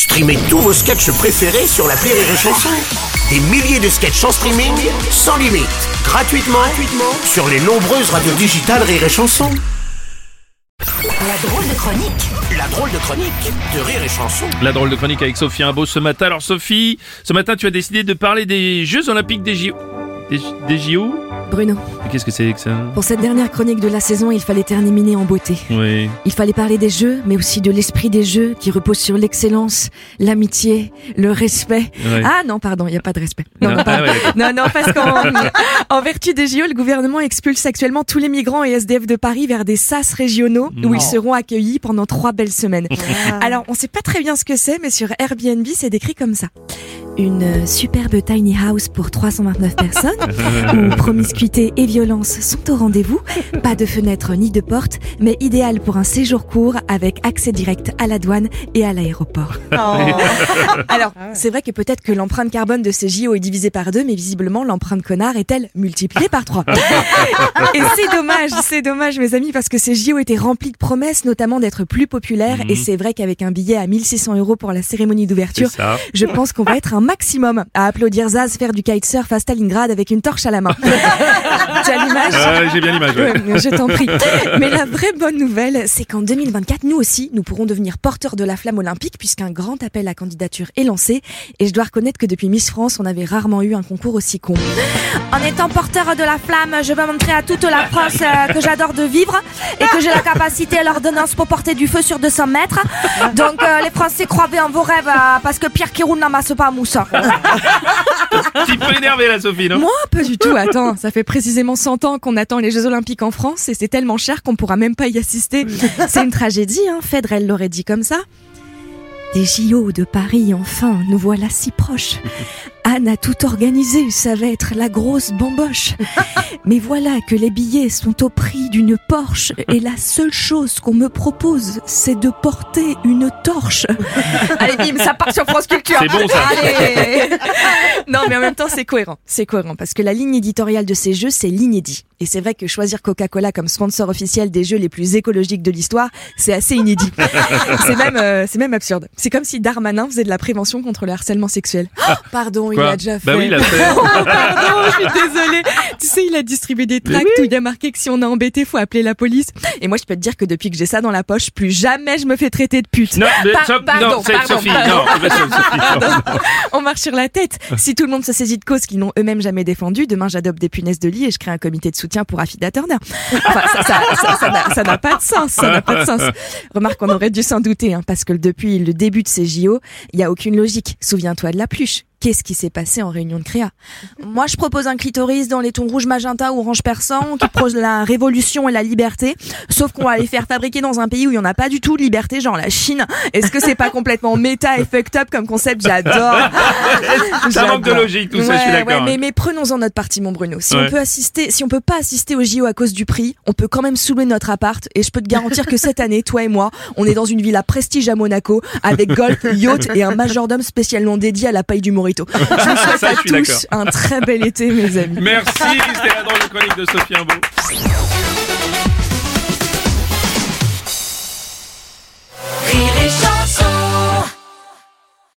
Streamez tous vos sketchs préférés sur l'appli Rire et Chanson. Des milliers de sketchs en streaming, sans limite, gratuitement sur les nombreuses radios digitales Rire et Chanson. La drôle de chronique. La drôle de chronique de Rire et Chanson. La drôle de chronique avec Sophie Imbeau ce matin. Alors Sophie, ce matin tu as décidé de parler des Jeux Olympiques des JO. Des JO ? Bruno, Mais qu'est-ce que c'est que ça ? pour cette dernière chronique de la saison, il fallait terminer en beauté. Oui. Il fallait parler des jeux, mais aussi de l'esprit des jeux qui repose sur l'excellence, l'amitié, le respect. Ouais. Ah non, pardon, il n'y a pas de respect. Non, Ah, pardon. ouais, d'accord. Non, parce qu'en vertu des JO, le gouvernement expulse actuellement tous les migrants et SDF de Paris vers des SAS régionaux où ils seront accueillis pendant 3 belles semaines. Alors, on sait pas très bien ce que c'est, mais sur Airbnb, c'est décrit comme ça. Une superbe tiny house pour 329 personnes, où promiscuité et violence sont au rendez-vous. Pas de fenêtre ni de porte, mais idéal pour un séjour court avec accès direct à la douane et à l'aéroport. Alors, c'est vrai que peut-être que l'empreinte carbone de ces JO est divisée par 2, mais visiblement l'empreinte connard est-elle multipliée par 3. Et c'est dommage mes amis, parce que ces JO étaient remplis de promesses, notamment d'être plus populaires, et c'est vrai qu'avec un billet à 1600 € pour la cérémonie d'ouverture, C'est ça. je pense qu'on va être un maximum à applaudir Zaz faire du kitesurf à Stalingrad avec une torche à la main. Tu as l'image ? J'ai bien l'image. Ouais. Ouais, je t'en prie. Mais la vraie bonne nouvelle, c'est qu'en 2024, nous aussi, nous pourrons devenir porteurs de la flamme olympique, puisqu'un grand appel à candidature est lancé. Et je dois reconnaître que depuis Miss France, on avait rarement eu un concours aussi con. En étant porteur de la flamme, je veux montrer à toute la France que j'adore de vivre et que j'ai la capacité et l'ordonnance pour porter du feu sur 200 mètres. Donc les Français, croyez en vos rêves, parce que Pierre qui roule n'amasse pas à mousse. Petit peu énervé là Sophie, non ? Moi, pas du tout. Attends, ça fait précisément 100 ans qu'on attend les Jeux Olympiques en France et c'est tellement cher qu'on pourra même pas y assister. C'est une tragédie, hein. Federer l'aurait dit comme ça. Des JO de Paris, enfin, nous voilà si proches. Anne a tout organisé, ça va être la grosse bamboche. Mais voilà que les billets sont au prix d'une Porsche et la seule chose qu'on me propose, c'est de porter une torche. Allez, bim, ça part sur France Culture. C'est bon, ça. Allez. Non, mais en même temps, c'est cohérent. C'est cohérent parce que la ligne éditoriale de ces jeux, c'est l'inédit. Et c'est vrai que choisir Coca-Cola comme sponsor officiel des jeux les plus écologiques de l'histoire, c'est assez inédit. C'est même absurde. C'est comme si Darmanin faisait de la prévention contre le harcèlement sexuel. Oh, pardon, il Quoi ? l'a déjà fait. Bah oui, il l'a fait. Oh, pardon, je suis désolée. Tu sais, il a distribué des tracts où il a marqué que si on est embêté, faut appeler la police. Et moi, je peux te dire que depuis que j'ai ça dans la poche, plus jamais je me fais traiter de pute. Non, mais Pardon. Sophie, non, On marche sur la tête. Si tout le monde se saisit de causes qu'ils n'ont eux-mêmes jamais défendues, demain j'adopte des punaises de lit et je crée un comité de soutien pour Affida Turner. Enfin, ça n'a pas de sens. Ça n'a pas de sens. Remarque, on aurait dû s'en douter, hein, parce que depuis le début de ces JO, il y a aucune logique. Souviens-toi de la pluche. Qu'est-ce qui s'est passé en réunion de créa ? Moi, je propose un clitoris dans les tons rouge, magenta ou orange persan qui prône la révolution et la liberté. Sauf qu'on va les faire fabriquer dans un pays où il y en a pas du tout de liberté, genre la Chine. Est-ce que c'est pas complètement méta et fucked up comme concept ? J'adore. Ça manque de logique tout ça, je suis d'accord. Ouais, mais prenons-en notre parti, mon Bruno. Si Ouais. on peut pas assister au JO à cause du prix, on peut quand même soulever notre appart. Et je peux te garantir que cette année, toi et moi, on est dans une villa prestige à Monaco avec golf, yacht et un majordome spécialement dédié à la paille du Morito. Je vous souhaite Ça, à je suis tous d'accord. un très bel été, mes amis. Merci, c'était la drôle de chronique de Sophie Imbeau.